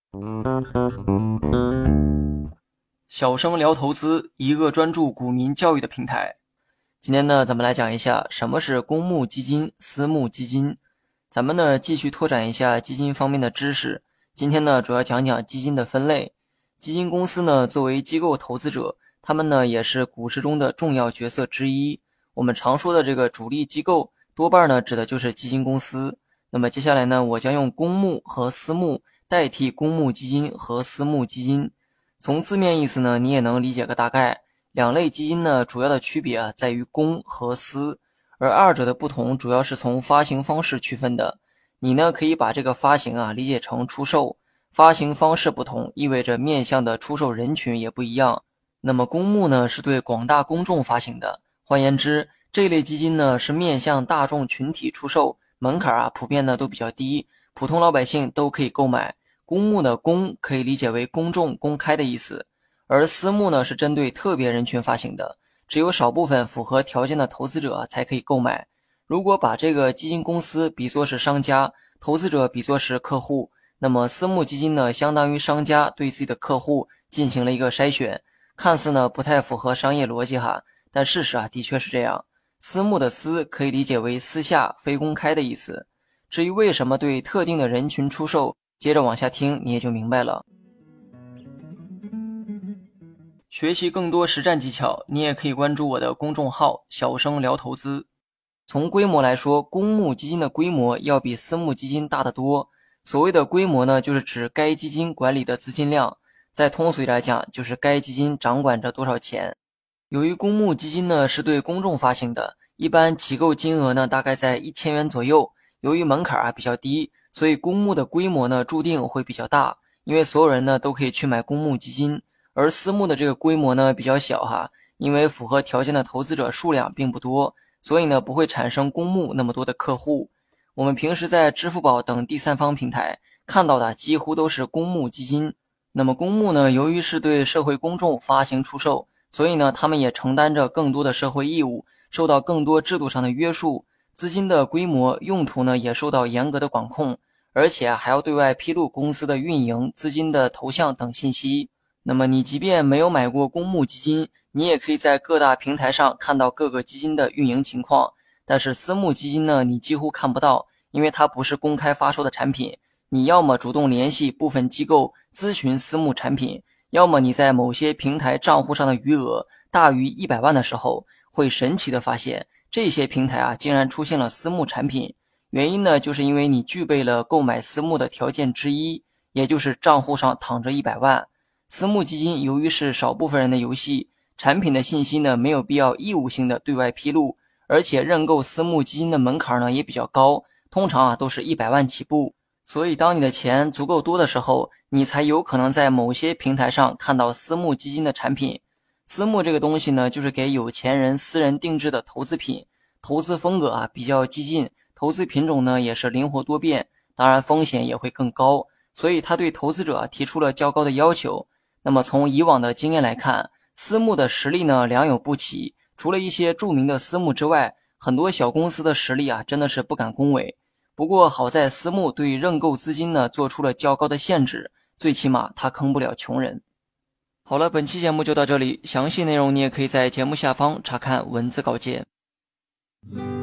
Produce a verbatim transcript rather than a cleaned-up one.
小生聊投资，一个专注股民教育的平台。今天呢，咱们来讲一下什么是公募基金、私募基金。咱们呢继续拓展一下基金方面的知识。今天呢，主要讲讲基金的分类。基金公司呢，作为机构投资者，他们呢也是股市中的重要角色之一。我们常说的这个主力机构，多半呢指的就是基金公司。那么接下来呢，我将用公募和私募代替公募基金和私募基金。从字面意思呢，你也能理解个大概。两类基金呢，主要的区别啊，在于公和私，而二者的不同主要是从发行方式区分的。你呢，可以把这个发行啊理解成出售，发行方式不同，意味着面向的出售人群也不一样。那么公募呢，是对广大公众发行的，换言之，这类基金呢是面向大众群体出售，门槛啊普遍呢都比较低，普通老百姓都可以购买。公募的公可以理解为公众、公开的意思，而私募呢是针对特别人群发行的，只有少部分符合条件的投资者才可以购买。如果把这个基金公司比作是商家，投资者比作是客户，那么私募基金呢相当于商家对自己的客户进行了一个筛选，看似呢不太符合商业逻辑哈，但事实啊的确是这样。私募的私可以理解为私下、非公开的意思。至于为什么对特定的人群出售，接着往下听你也就明白了。学习更多实战技巧，你也可以关注我的公众号小生聊投资。从规模来说，公募基金的规模要比私募基金大得多。所谓的规模呢，就是指该基金管理的资金量，再通俗来讲，就是该基金掌管着多少钱。由于公募基金呢是对公众发行的，一般起购金额呢大概在一千元左右，由于门槛啊比较低，所以公募的规模呢注定会比较大，因为所有人呢都可以去买公募基金。而私募的这个规模呢比较小哈，因为符合条件的投资者数量并不多，所以呢不会产生公募那么多的客户。我们平时在支付宝等第三方平台看到的几乎都是公募基金。那么公募呢，由于是对社会公众发行出售，所以呢他们也承担着更多的社会义务，受到更多制度上的约束，资金的规模、用途呢也受到严格的管控，而且还要对外披露公司的运营、资金的投向等信息。那么你即便没有买过公募基金，你也可以在各大平台上看到各个基金的运营情况。但是私募基金呢，你几乎看不到，因为它不是公开发售的产品。你要么主动联系部分机构咨询私募产品，要么你在某些平台账户上的余额大于一百万的时候，会神奇的发现这些平台啊竟然出现了私募产品。原因呢，就是因为你具备了购买私募的条件之一，也就是账户上躺着一百万。私募基金由于是少部分人的游戏，产品的信息呢没有必要义务性的对外披露，而且认购私募基金的门槛呢也比较高，通常啊都是一百万起步。所以当你的钱足够多的时候，你才有可能在某些平台上看到私募基金的产品。私募这个东西呢，就是给有钱人私人定制的投资品，投资风格啊比较激进，投资品种呢也是灵活多变，当然风险也会更高，所以他对投资者提出了较高的要求。那么从以往的经验来看，私募的实力呢良莠不齐，除了一些著名的私募之外，很多小公司的实力啊真的是不敢恭维。不过好在私募对认购资金呢做出了较高的限制，最起码它坑不了穷人。好了，本期节目就到这里，详细内容你也可以在节目下方查看文字稿件。